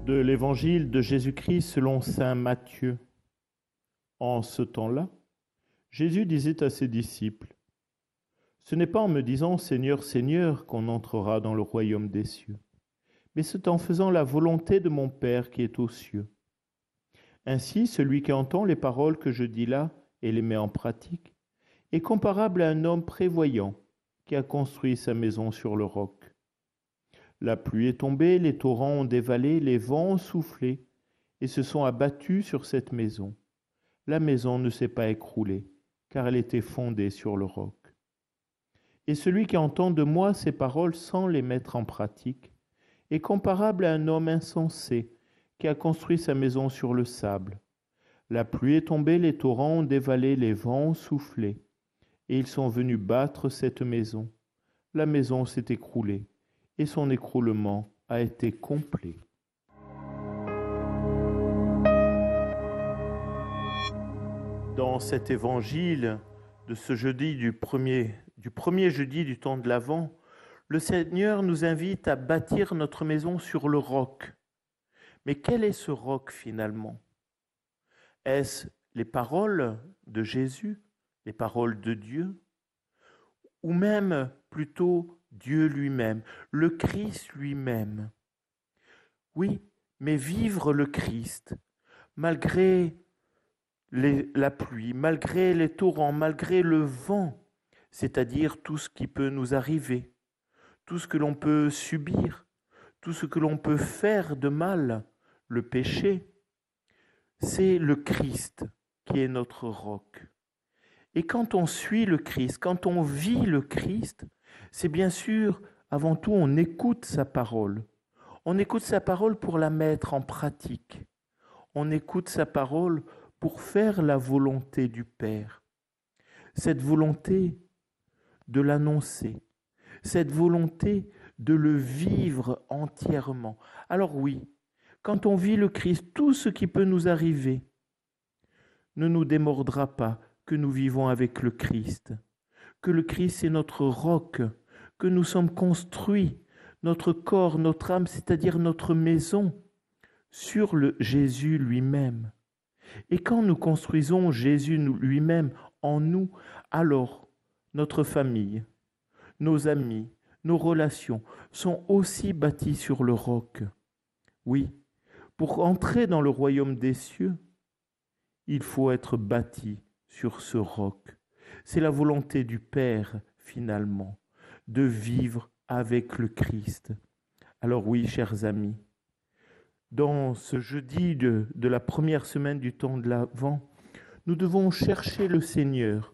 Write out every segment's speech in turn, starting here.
De l'Évangile de Jésus-Christ selon saint Matthieu. En ce temps-là, Jésus disait à ses disciples, « Ce n'est pas en me disant « Seigneur, Seigneur » qu'on entrera dans le royaume des cieux, mais c'est en faisant la volonté de mon Père qui est aux cieux. Ainsi, celui qui entend les paroles que je dis là et les met en pratique est comparable à un homme prévoyant qui a construit sa maison sur le roc. La pluie est tombée, les torrents ont dévalé, les vents ont soufflé et se sont abattus sur cette maison. La maison ne s'est pas écroulée, car elle était fondée sur le roc. Et celui qui entend de moi ces paroles sans les mettre en pratique est comparable à un homme insensé qui a construit sa maison sur le sable. La pluie est tombée, les torrents ont dévalé, les vents ont soufflé, et ils sont venus battre cette maison. La maison s'est écroulée, et son écroulement a été complet. Dans cet évangile de ce jeudi du premier jeudi du temps de l'Avent, le Seigneur nous invite à bâtir notre maison sur le roc. Mais quel est ce roc finalement? Est-ce les paroles de Jésus, les paroles de Dieu, ou même plutôt Dieu lui-même, le Christ lui-même? Oui, mais vivre le Christ, malgré la pluie, malgré les torrents, malgré le vent, c'est-à-dire tout ce qui peut nous arriver, tout ce que l'on peut subir, tout ce que l'on peut faire de mal, le péché, c'est le Christ qui est notre roc. Et quand on suit le Christ, quand on vit le Christ, c'est bien sûr, avant tout, on écoute sa parole. On écoute sa parole pour la mettre en pratique. On écoute sa parole pour faire la volonté du Père. Cette volonté de l'annoncer, cette volonté de le vivre entièrement. Alors oui, quand on vit le Christ, tout ce qui peut nous arriver ne nous démordra pas que nous vivons avec le Christ, que le Christ est notre roc, que nous sommes construits, notre corps, notre âme, c'est-à-dire notre maison, sur le Jésus lui-même. Et quand nous construisons Jésus lui-même en nous, alors notre famille, nos amis, nos relations sont aussi bâtis sur le roc. Oui, pour entrer dans le royaume des cieux, il faut être bâti sur ce roc. C'est la volonté du Père, finalement, de vivre avec le Christ. Alors oui, chers amis, dans ce jeudi de la première semaine du temps de l'Avent, nous devons chercher le Seigneur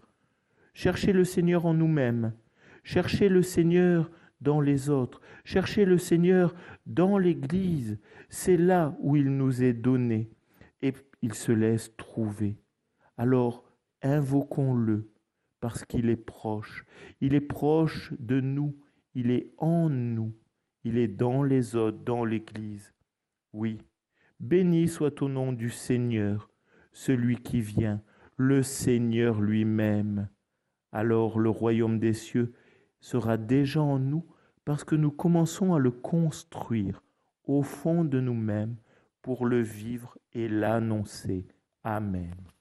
en nous-mêmes, chercher le Seigneur dans les autres, chercher le Seigneur dans l'Église. C'est là où il nous est donné et il se laisse trouver. Alors, invoquons-le parce qu'il est proche. Il est proche de nous, il est en nous, il est dans les autres, dans l'Église. Oui, béni soit au nom du Seigneur, celui qui vient, le Seigneur lui-même. Alors le royaume des cieux sera déjà en nous parce que nous commençons à le construire au fond de nous-mêmes pour le vivre et l'annoncer. Amen.